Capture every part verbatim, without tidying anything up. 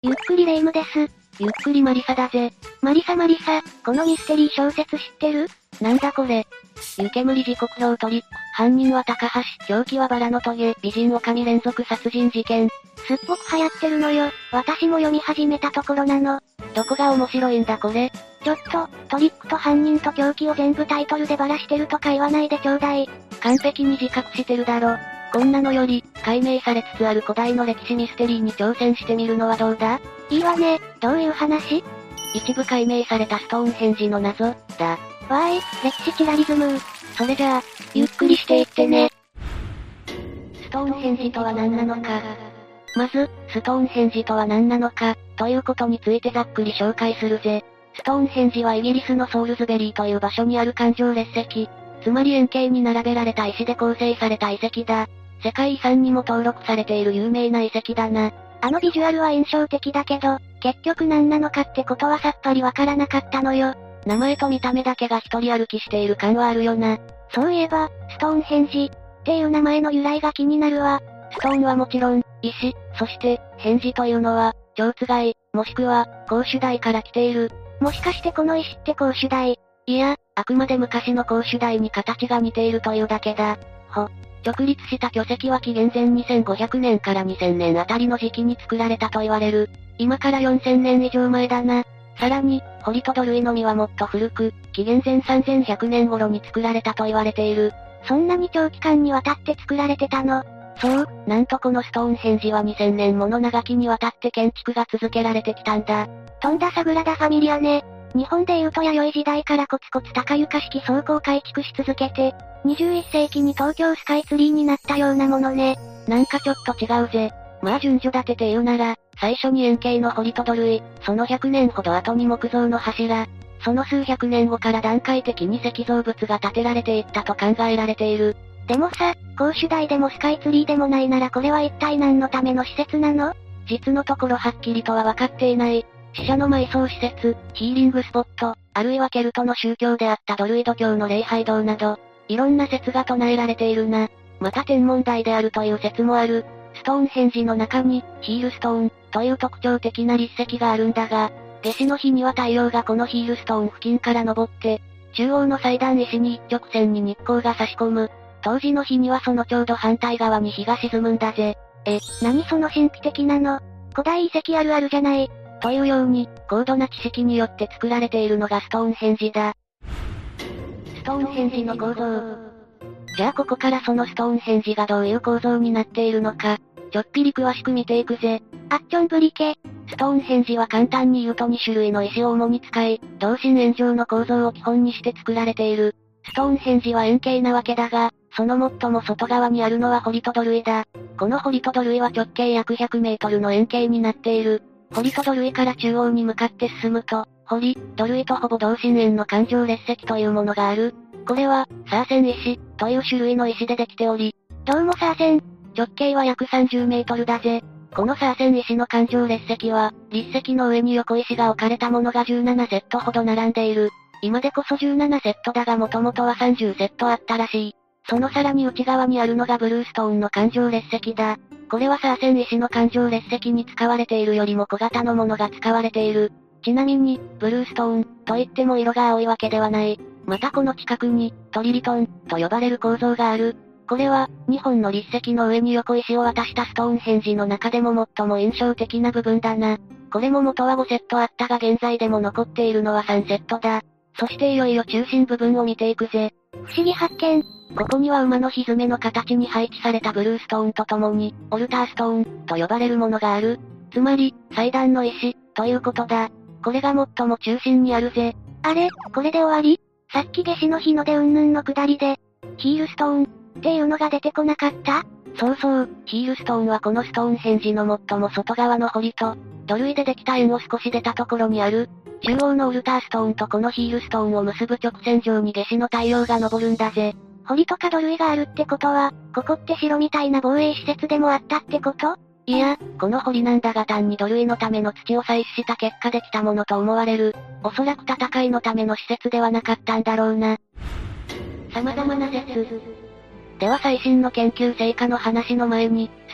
ゆっくりレ夢ムです。 ゆっくりマリサだぜ。 マリサマリサ、このミステリー小説知ってる？ なんだこれ。湯煙時刻表トリック。犯人は高橋。凶器はバラのトゲ。美人女将連続殺人事件。 すっごく流行ってるのよ。私も読み始めたところなの。 どこが面白いんだこれ。 ちょっと、トリックと犯人と凶器を全部タイトルでバラしてるとか言わないでちょうだい。 完璧に自覚してるだろ。こんなのより、解明されつつある古代の歴史ミステリーに挑戦してみるのはどうだ？ いいわね。どういう話？ 一部解明されたストーンヘンジの謎、だ。 わーい、歴史チラリズムー。 それじゃあ、ゆっくりしていってね。ストーンヘンジとは何なのか。まず、ストーンヘンジとは何なのか、ということについてざっくり紹介するぜ。ストーンヘンジはイギリスのソールズベリーという場所にある環状列石。つまり円形に並べられた石で構成された遺跡だ。世界遺産にも登録されている有名な遺跡だな。 あのビジュアルは印象的だけど、結局何なのかってことはさっぱりわからなかったのよ。 名前と見た目だけが一人歩きしている感はあるよな。 そういえば、ストーンヘンジっていう名前の由来が気になるわ。 ストーンはもちろん、石、そして、ヘンジというのは、蝶番、もしくは、甲州台から来ている。 もしかしてこの石って甲州台？ いや、あくまで昔の甲州台に形が似ているというだけだ。ほ。直立した巨石は紀元前にせんごひゃくねんからにせんねんあたりの時期に作られたと言われる。今からよんせんねん以上前だな。さらに、堀と土塁の実はもっと古く、紀元前さんぜんひゃくねん頃に作られたと言われている。 そんなに長期間にわたって作られてたの？ そう、なんとこのストーンヘンジはにせんねんもの長きにわたって建築が続けられてきたんだ。 とんだサグラダ・ファミリアね。日本でいうと弥生時代からコツコツ高床式倉庫を改築し続けて、にじゅういっせいきに東京スカイツリーになったようなものね。 なんかちょっと違うぜ。まあ順序立てて言うなら、最初に円形の堀と土塁、そのひゃくねんほど後に木造の柱、その数百年後から段階的に石造物が建てられていったと考えられている。 でもさ、甲州台でもスカイツリーでもないならこれは一体何のための施設なの？ 実のところはっきりとは分かっていない。死者の埋葬施設、ヒーリングスポット、あるいはケルトの宗教であったドルイド教の礼拝堂など、いろんな説が唱えられているな。また天文台であるという説もある。ストーンヘンジの中に、ヒールストーン、という特徴的な立石があるんだが、夏至の日には太陽がこのヒールストーン付近から昇って、中央の祭壇石に一直線に日光が差し込む。当時の日にはそのちょうど反対側に日が沈むんだぜ。 え、何その神秘的なの？古代遺跡あるあるじゃない。 というように、高度な知識によって作られているのがストーンヘンジだ。ストーンヘンジの構造。じゃあここからそのストーンヘンジがどういう構造になっているのか、ちょっぴり詳しく見ていくぜ。 あっちょんぶりけ。 ストーンヘンジは簡単に言うとに種類の石を主に使い、同心円状の構造を基本にして作られている。ストーンヘンジは円形なわけだが、その最も外側にあるのは堀と土塁だ。この堀と土塁は直径約ひゃくメートルの円形になっている。堀と土塁から中央に向かって進むと、堀、土塁とほぼ同心円の環状列石というものがある。これは、サーセン石、という種類の石でできており、 どうもサーセン。 直径は約さんじゅうメートルだぜ。このサーセン石の環状列石は、立石の上に横石が置かれたものがじゅうななセットほど並んでいる。今でこそじゅうななセットだがもともとはさんじゅうセットあったらしい。そのさらに内側にあるのがブルーストーンの環状列石だ。これはサーセン石の環状列石に使われているよりも小型のものが使われている。ちなみに、ブルーストーン、といっても色が青いわけではない。またこの近くに、トリリトン、と呼ばれる構造がある。これは、にほんの立石の上に横石を渡したストーンヘンジの中でも最も印象的な部分だな。これも元はごセットあったが現在でも残っているのはさんセットだ。そしていよいよ中心部分を見ていくぜ。 不思議発見。 ここには馬のひづめの形に配置されたブルーストーンとともに、オルターストーン、と呼ばれるものがある。つまり、祭壇の石、ということだ。これが最も中心にあるぜ。 あれ、これで終わり？さっき夏至の日の出云々の下りで、ヒールストーン、っていうのが出てこなかった？ そうそう、ヒールストーンはこのストーンヘンジの最も外側の堀と、土塁でできた円を少し出たところにある。中央のオルターストーンとこのヒールストーンを結ぶ直線上に夏至の太陽が昇るんだぜ。 堀とか土塁があるってことは、ここって城みたいな防衛施設でもあったってこと？ いや、この堀なんだが単に土塁のための土を採取した結果できたものと思われる。おそらく戦いのための施設ではなかったんだろうな。様々な説。では最新の研究成果の話の前に、ス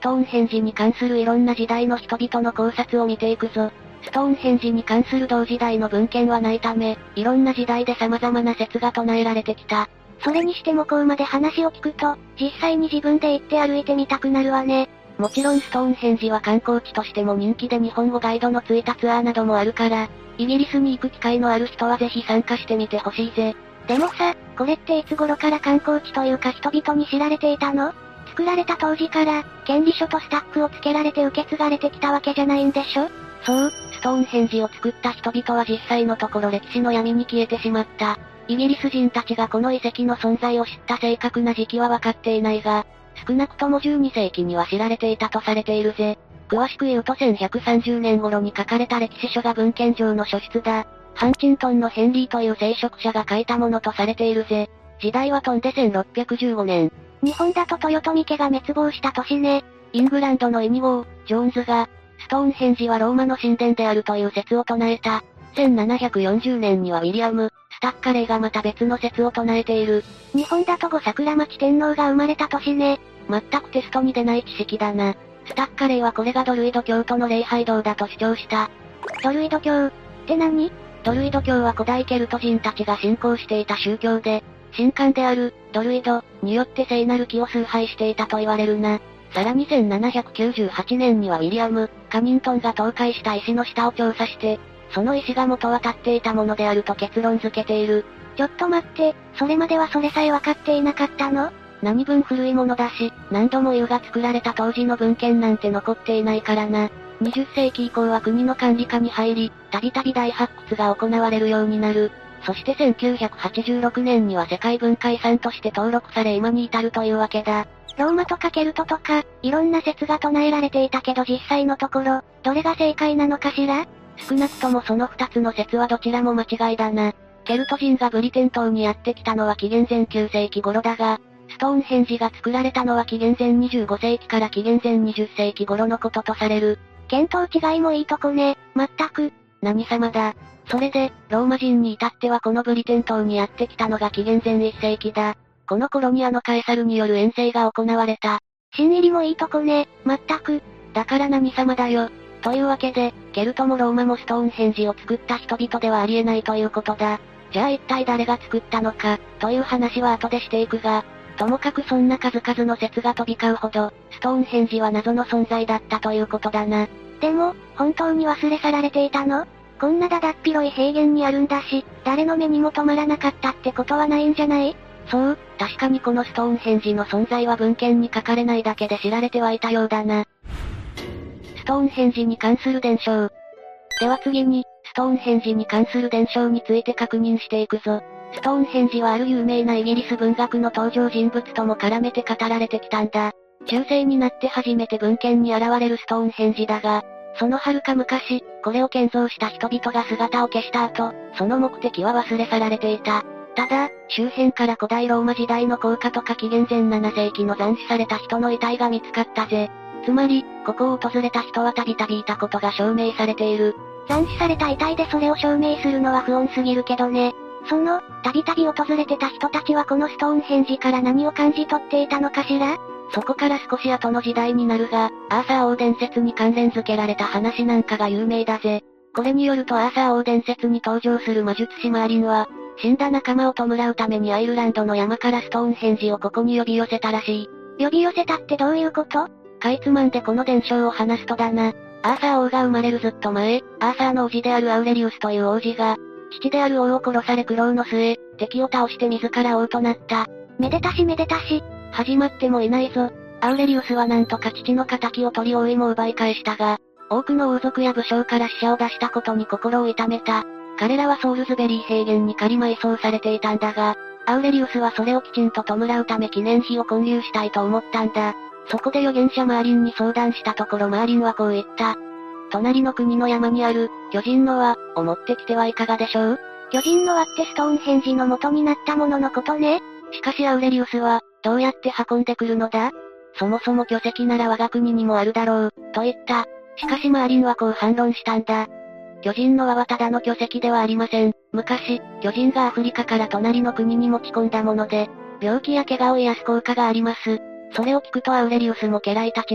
トーンヘンジに関するいろんな時代の人々の考察を見ていくぞ。ストーンヘンジに関する同時代の文献はないため、いろんな時代で様々な説が唱えられてきた。 それにしてもこうまで話を聞くと、実際に自分で行って歩いてみたくなるわね。 もちろんストーンヘンジは観光地としても人気で日本語ガイドのついたツアーなどもあるから、イギリスに行く機会のある人はぜひ参加してみてほしいぜ。 でもさ、これっていつ頃から観光地というか人々に知られていたの？作られた当時から、権利書とスタッフをつけられて受け継がれてきたわけじゃないんでしょ？ そう、ストーンヘンジを作った人々は実際のところ歴史の闇に消えてしまった。イギリス人たちがこの遺跡の存在を知った正確な時期は分かっていないが、少なくともじゅうにせいきには知られていたとされているぜ。詳しく言うとせんひゃくさんじゅうねん頃に書かれた歴史書が文献上の書出だ。ハンチントンのヘンリーという聖職者が書いたものとされているぜ。時代は飛んでせんろっぴゃくじゅうごねん。 日本だと豊臣家が滅亡した年ね。 イングランドのエニゴー、ジョーンズが、ストーンヘンジはローマの神殿であるという説を唱えた。せんななひゃくよんじゅうねんにはウィリアム、スタッカレーがまた別の説を唱えている。 日本だと後桜町天皇が生まれた年ね。 全くテストに出ない知識だな。スタッカレーはこれがドルイド教徒の礼拝堂だと主張した。 ドルイド教って何？ ドルイド教は古代ケルト人たちが信仰していた宗教で、神官である、ドルイド、によって聖なる木を崇拝していたと言われるな。さらにせんななひゃくきゅうじゅうはちねんにはウィリアム、カニントンが倒壊した石の下を調査して、その石が元は立っていたものであると結論付けている。 ちょっと待って、それまではそれさえ分かっていなかったの？ 何分古いものだし、何度も言うが作られた当時の文献なんて残っていないからな。にじゅっせいき以降は国の管理下に入り、たびたび大発掘が行われるようになる。そしてせんきゅうひゃくはちじゅうろくねんには世界文化遺産として登録され今に至るというわけだ。 ローマとかケルトとか、いろんな説が唱えられていたけど実際のところ、どれが正解なのかしら？ 少なくともその二つの説はどちらも間違いだな。ケルト人がブリテン島にやってきたのは紀元前きゅうせいき頃だが、ストーンヘンジが作られたのは紀元前にじゅうごせいきから紀元前にじゅっせいき頃のこととされる。 見当違いもいいとこね、まったく。 何様だ。それで、ローマ人に至ってはこのブリテン島にやってきたのが紀元前いっせいきだ。この頃にあのカエサルによる遠征が行われた。 新入りもいいとこね、まったく。 だから何様だよ。というわけで、ケルトもローマもストーンヘンジを作った人々ではありえないということだ。じゃあ一体誰が作ったのか、という話は後でしていくが、ともかくそんな数々の説が飛び交うほど、ストーンヘンジは謎の存在だったということだな。 でも、本当に忘れ去られていたの？こんなだだっ広い平原にあるんだし、誰の目にも留まらなかったってことはないんじゃない？ そう、確かにこのストーンヘンジの存在は文献に書かれないだけで知られてはいたようだな。ストーンヘンジに関する伝承。では次に、ストーンヘンジに関する伝承について確認していくぞ。ストーンヘンジはある有名なイギリス文学の登場人物とも絡めて語られてきたんだ。中世になって初めて文献に現れるストーンヘンジだが、その遥か昔、これを建造した人々が姿を消した後、その目的は忘れ去られていた。ただ、周辺から古代ローマ時代の高架とか紀元前ななせいきの斬首された人の遺体が見つかったぜ。つまり、ここを訪れた人はたびたびいたことが証明されている。 斬首された遺体でそれを証明するのは不穏すぎるけどね。その、たびたび訪れてた人たちはこのストーンヘンジから何を感じ取っていたのかしら？ そこから少し後の時代になるが、アーサー王伝説に関連付けられた話なんかが有名だぜ。これによるとアーサー王伝説に登場する魔術師マーリンは、死んだ仲間を弔うためにアイルランドの山からストーンヘンジをここに呼び寄せたらしい。 呼び寄せたってどういうこと？ かいつまんでこの伝承を話すとだな。アーサー王が生まれるずっと前、アーサーの叔父であるアウレリウスという王子が、父である王を殺され苦労の末、敵を倒して自ら王となった。 めでたしめでたし。 始まってもいないぞ。アウレリウスはなんとか父の仇を取り王位も奪い返したが、多くの王族や武将から死者を出したことに心を痛めた。彼らはソウルズベリー平原に仮埋葬されていたんだが、アウレリウスはそれをきちんと弔うため記念碑を建立したいと思ったんだ。そこで預言者マーリンに相談したところマーリンはこう言った。隣の国の山にある、巨人の輪、を持ってきてはいかがでしょう？ 巨人の輪ってストーンヘンジの元になったもののことね。 しかしアウレリウスは、どうやって運んでくるのだ？そもそも巨石なら我が国にもあるだろう、と言った。しかしマーリンはこう反論したんだ。巨人の輪はただの巨石ではありません。昔、巨人がアフリカから隣の国に持ち込んだもので、病気や怪我を癒す効果があります。それを聞くとアウレリウスも家来たちも、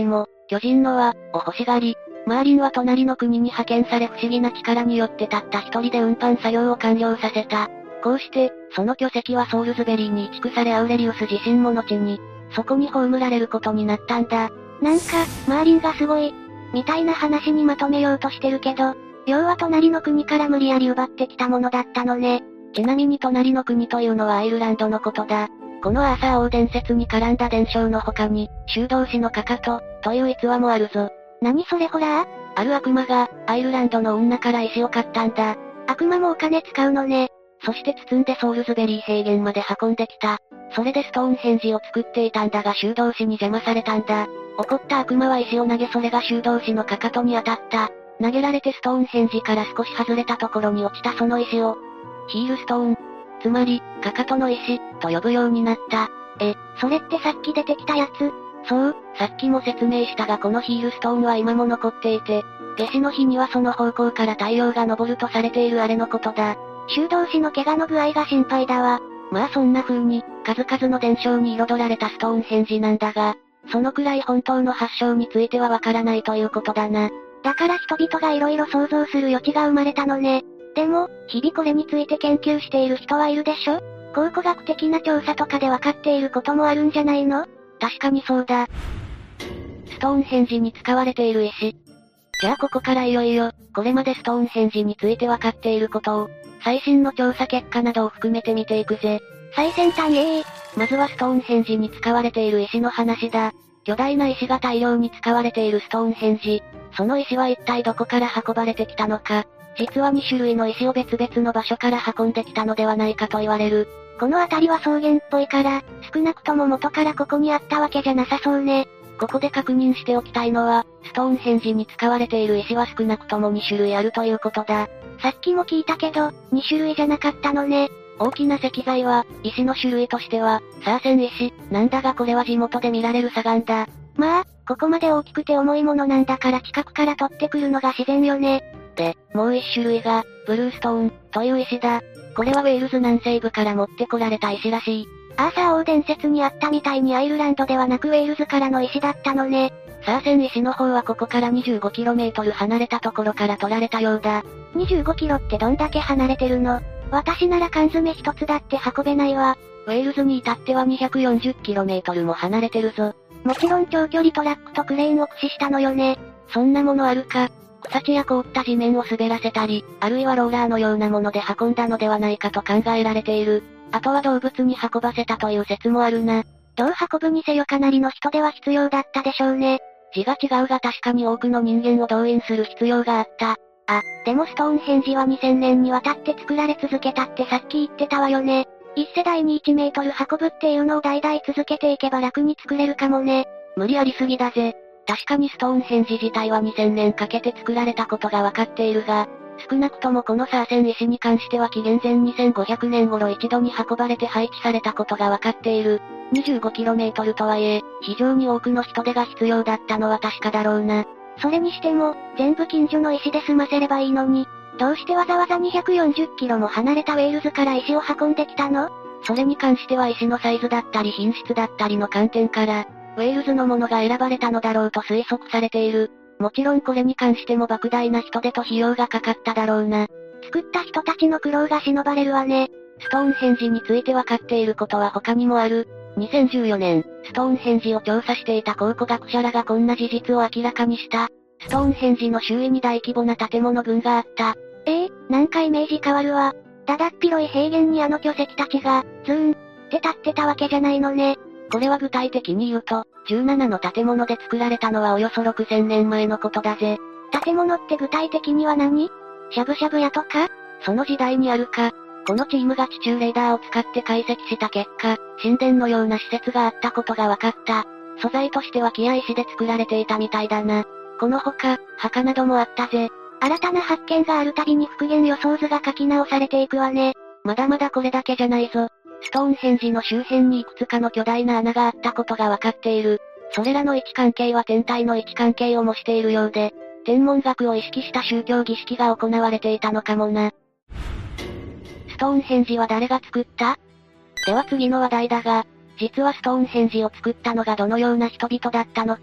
巨人の輪を欲しがり、マーリンは隣の国に派遣され不思議な力によってたった一人で運搬作業を完了させた。こうして、その巨石はソウルズベリーに移築されアウレリウス自身も後に、そこに葬られることになったんだ。 なんか、マーリンがすごい、みたいな話にまとめようとしてるけど、要は隣の国から無理やり奪ってきたものだったのね。 ちなみに隣の国というのはアイルランドのことだ。このアーサー王伝説に絡んだ伝承の他に、修道士のかかと、という逸話もあるぞ。 何それホラー？ ある悪魔が、アイルランドの女から石を買ったんだ。 悪魔もお金使うのね。 そして包んでソウルズベリー平原まで運んできた。それでストーンヘンジを作っていたんだが修道士に邪魔されたんだ。怒った悪魔は石を投げそれが修道士のかかとに当たった。投げられてストーンヘンジから少し外れたところに落ちたその石を、ヒールストーン、つまり、かかとの石、と呼ぶようになった。 え、それってさっき出てきたやつ？ そう、さっきも説明したがこのヒールストーンは今も残っていて、夏至の日にはその方向から太陽が昇るとされているあれのことだ。 修道士の怪我の具合が心配だわ。 まあそんな風に、数々の伝承に彩られたストーンヘンジなんだが、そのくらい本当の発祥についてはわからないということだな。 だから人々が色々想像する余地が生まれたのね。でも、日々これについて研究している人はいるでしょ？考古学的な調査とかでわかっていることもあるんじゃないの？ 確かにそうだ。ストーンヘンジに使われている石。じゃあここからいよいよ、これまでストーンヘンジについてわかっていることを、最新の調査結果などを含めて見ていくぜ。 最先端ええー。 まずはストーンヘンジに使われている石の話だ。巨大な石が大量に使われているストーンヘンジ。その石は一体どこから運ばれてきたのか。実はに種類の石を別々の場所から運んできたのではないかと言われる。 この辺りは草原っぽいから、少なくとも元からここにあったわけじゃなさそうね。 ここで確認しておきたいのは、ストーンヘンジに使われている石は少なくともに種類あるということだ。 さっきも聞いたけど、に種類じゃなかったのね。 大きな石材は、石の種類としては、サーセン石、なんだがこれは地元で見られる砂岩だ。 まあ、ここまで大きくて重いものなんだから近くから取ってくるのが自然よね。 で、もう一種類が、ブルーストーン、という石だ。これはウェールズ南西部から持ってこられた石らしい。 アーサー王伝説にあったみたいにアイルランドではなくウェールズからの石だったのね。 サーセン石の方はここから にじゅうごキロメートル 離れたところから取られたようだ。 にじゅうごキロってどんだけ離れてるの？私なら缶詰一つだって運べないわ。 ウェールズに至っては にひゃくよんじゅうキロメートル も離れてるぞ。 もちろん長距離トラックとクレーンを駆使したのよね。 そんなものあるか？草地や凍った地面を滑らせたり、あるいはローラーのようなもので運んだのではないかと考えられている。あとは動物に運ばせたという説もあるな。 どう運ぶにせよかなりの人手は必要だったでしょうね。 字が違うが確かに多くの人間を動員する必要があった。 あ、でもストーンヘンジはにせんねんにわたって作られ続けたってさっき言ってたわよね。いち世代にいちメートル運ぶっていうのを代々続けていけば楽に作れるかもね。 無理ありすぎだぜ。確かにストーンヘンジ自体はにせんねんかけて作られたことがわかっているが、少なくともこのサーセン石に関しては紀元前にせんごひゃくねん頃一度に運ばれて配置されたことがわかっている。にじゅうごキロメートル とはいえ、非常に多くの人手が必要だったのは確かだろうな。 それにしても、全部近所の石で済ませればいいのに、どうしてわざわざにひゃくよんじゅっキロも離れたウェールズから石を運んできたの？ それに関しては石のサイズだったり品質だったりの観点から、ウェールズのものが選ばれたのだろうと推測されている。もちろんこれに関しても莫大な人手と費用がかかっただろうな。 作った人たちの苦労が忍ばれるわね。 ストーンヘンジについてわかっていることは他にもある。にせんじゅうよねん、ストーンヘンジを調査していた考古学者らがこんな事実を明らかにした。ストーンヘンジの周囲に大規模な建物群があった。 ええー、なんかイメージ変わるわ。だだっ広い平原にあの巨石たちが、ズーン、って立ってたわけじゃないのね。 これは具体的に言うと、じゅうななの建物で作られたのはおよそろくせんねんまえのことだぜ。 建物って具体的には何？しゃぶしゃぶ屋とか？ その時代にあるか。このチームが地中レーダーを使って解析した結果、神殿のような施設があったことが分かった。素材としては木や石で作られていたみたいだな。このほか、墓などもあったぜ。 新たな発見があるたびに復元予想図が書き直されていくわね。 まだまだこれだけじゃないぞ。ストーンヘンジの周辺にいくつかの巨大な穴があったことが分かっている。それらの位置関係は天体の位置関係を模しているようで、天文学を意識した宗教儀式が行われていたのかもな。ストーンヘンジは誰が作った？では次の話題だが、実はストーンヘンジを作ったのがどのような人々だったのか？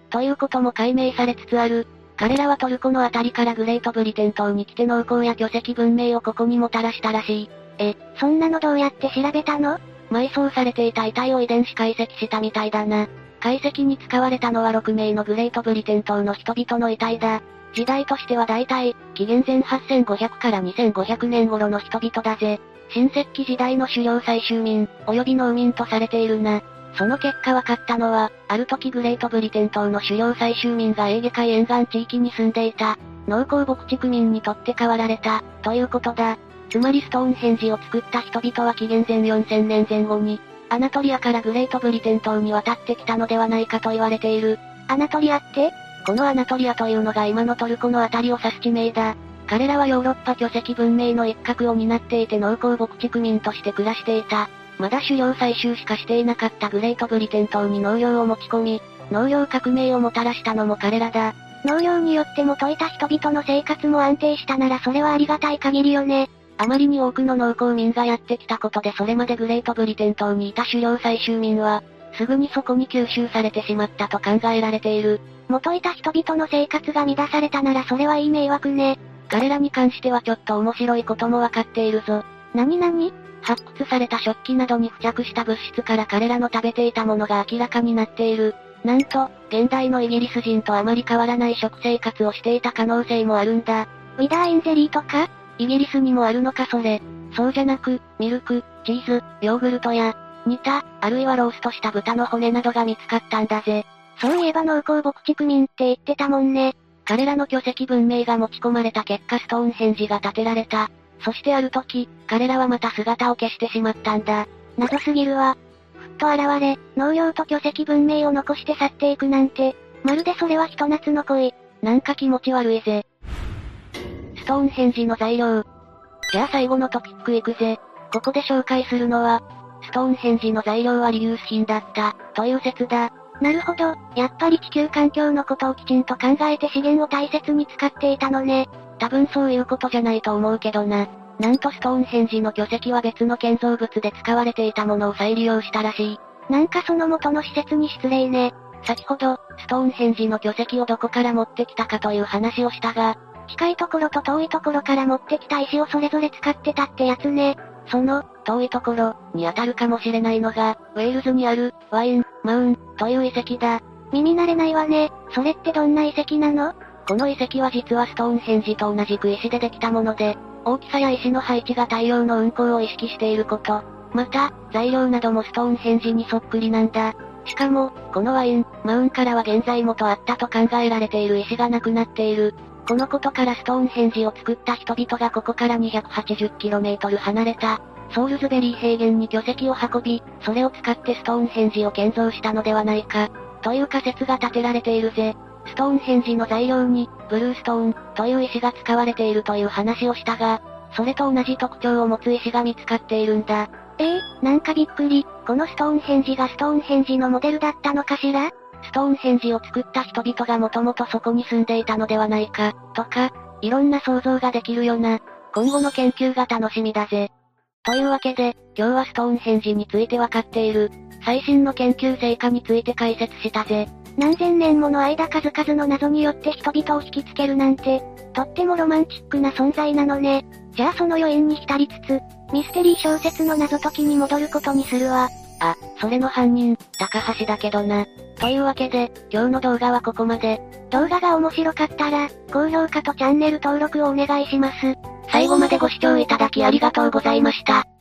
ということも解明されつつある。彼らはトルコのあたりからグレートブリテン島に来て農耕や巨石文明をここにもたらしたらしい。 え、そんなのどうやって調べたの？ 埋葬されていた遺体を遺伝子解析したみたいだな。解析に使われたのはろくめいのグレートブリテン島の人々の遺体だ。時代としては大体、紀元前はっせんごひゃくからにせんごひゃくねん頃の人々だぜ。新石器時代の狩猟採集民、及び農民とされているな。その結果分かったのは、ある時グレートブリテン島の狩猟採集民がエーゲ海沿岸地域に住んでいた、農耕牧畜民にとって変わられた、ということだ。つまりストーンヘンジを作った人々は紀元前よんせんねんぜん後に、アナトリアからグレートブリテン島に渡ってきたのではないかと言われている。 アナトリアって？ このアナトリアというのが今のトルコのあたりを指す地名だ。彼らはヨーロッパ巨石文明の一角を担っていて農耕牧畜民として暮らしていた。まだ狩猟採集しかしていなかったグレートブリテン島に農業を持ち込み、農業革命をもたらしたのも彼らだ。 農業によってもといた人々の生活も安定したならそれはありがたい限りよね。 あまりに多くの農耕民がやってきたことでそれまでグレートブリテン島にいた狩猟採集民は、すぐにそこに吸収されてしまったと考えられている。 元いた人々の生活が乱されたならそれはいい迷惑ね。 彼らに関してはちょっと面白いこともわかっているぞ。 なになに？ 発掘された食器などに付着した物質から彼らの食べていたものが明らかになっている。なんと、現代のイギリス人とあまり変わらない食生活をしていた可能性もあるんだ。 ウィダーインゼリーとか？ イギリスにもあるのかそれ。そうじゃなく、ミルク、チーズ、ヨーグルトや、煮た、あるいはローストした豚の骨などが見つかったんだぜ。 そういえば農耕牧畜民って言ってたもんね。 彼らの巨石文明が持ち込まれた結果ストーンヘンジが建てられた。そしてある時、彼らはまた姿を消してしまったんだ。 謎すぎるわ。ふっと現れ、農業と巨石文明を残して去っていくなんて、まるでそれはひと夏の恋。 なんか気持ち悪いぜ。ストーンヘンジの材料。じゃあ最後のトピックいくぜ。ここで紹介するのは、ストーンヘンジの材料はリユース品だった、という説だ。 なるほど、やっぱり地球環境のことをきちんと考えて資源を大切に使っていたのね。 多分そういうことじゃないと思うけどな。なんとストーンヘンジの巨石は別の建造物で使われていたものを再利用したらしい。 なんかその元の施設に失礼ね。 先ほど、ストーンヘンジの巨石をどこから持ってきたかという話をしたが、 近いところと遠いところから持ってきた石をそれぞれ使ってたってやつね。 その、遠いところ、に当たるかもしれないのが、ウェールズにある、ワイン、マウン、という遺跡だ。 耳慣れないわね。それってどんな遺跡なの？ この遺跡は実はストーンヘンジと同じく石でできたもので、大きさや石の配置が太陽の運行を意識していること。また、材料などもストーンヘンジにそっくりなんだ。しかも、このワイン、マウンからは現在元あったと考えられている石がなくなっている。このことからストーンヘンジを作った人々がここから にひゃくはちじゅっキロメートル 離れた、ソウルズベリー平原に巨石を運び、それを使ってストーンヘンジを建造したのではないか、という仮説が立てられているぜ。ストーンヘンジの材料に、ブルーストーン、という石が使われているという話をしたが、それと同じ特徴を持つ石が見つかっているんだ。 ええー、なんかびっくり。このストーンヘンジがストーンヘンジのモデルだったのかしら？ ストーンヘンジを作った人々がもともとそこに住んでいたのではないか、とか、いろんな想像ができるよな。今後の研究が楽しみだぜ。というわけで、今日はストーンヘンジについてわかっている、最新の研究成果について解説したぜ。 何千年もの間数々の謎によって人々を引きつけるなんて、とってもロマンチックな存在なのね。じゃあその余韻に浸りつつ、ミステリー小説の謎解きに戻ることにするわ。 あ、それの犯人、高橋だけどな。というわけで、今日の動画はここまで。 動画が面白かったら、高評価とチャンネル登録をお願いします。 最後までご視聴いただきありがとうございました。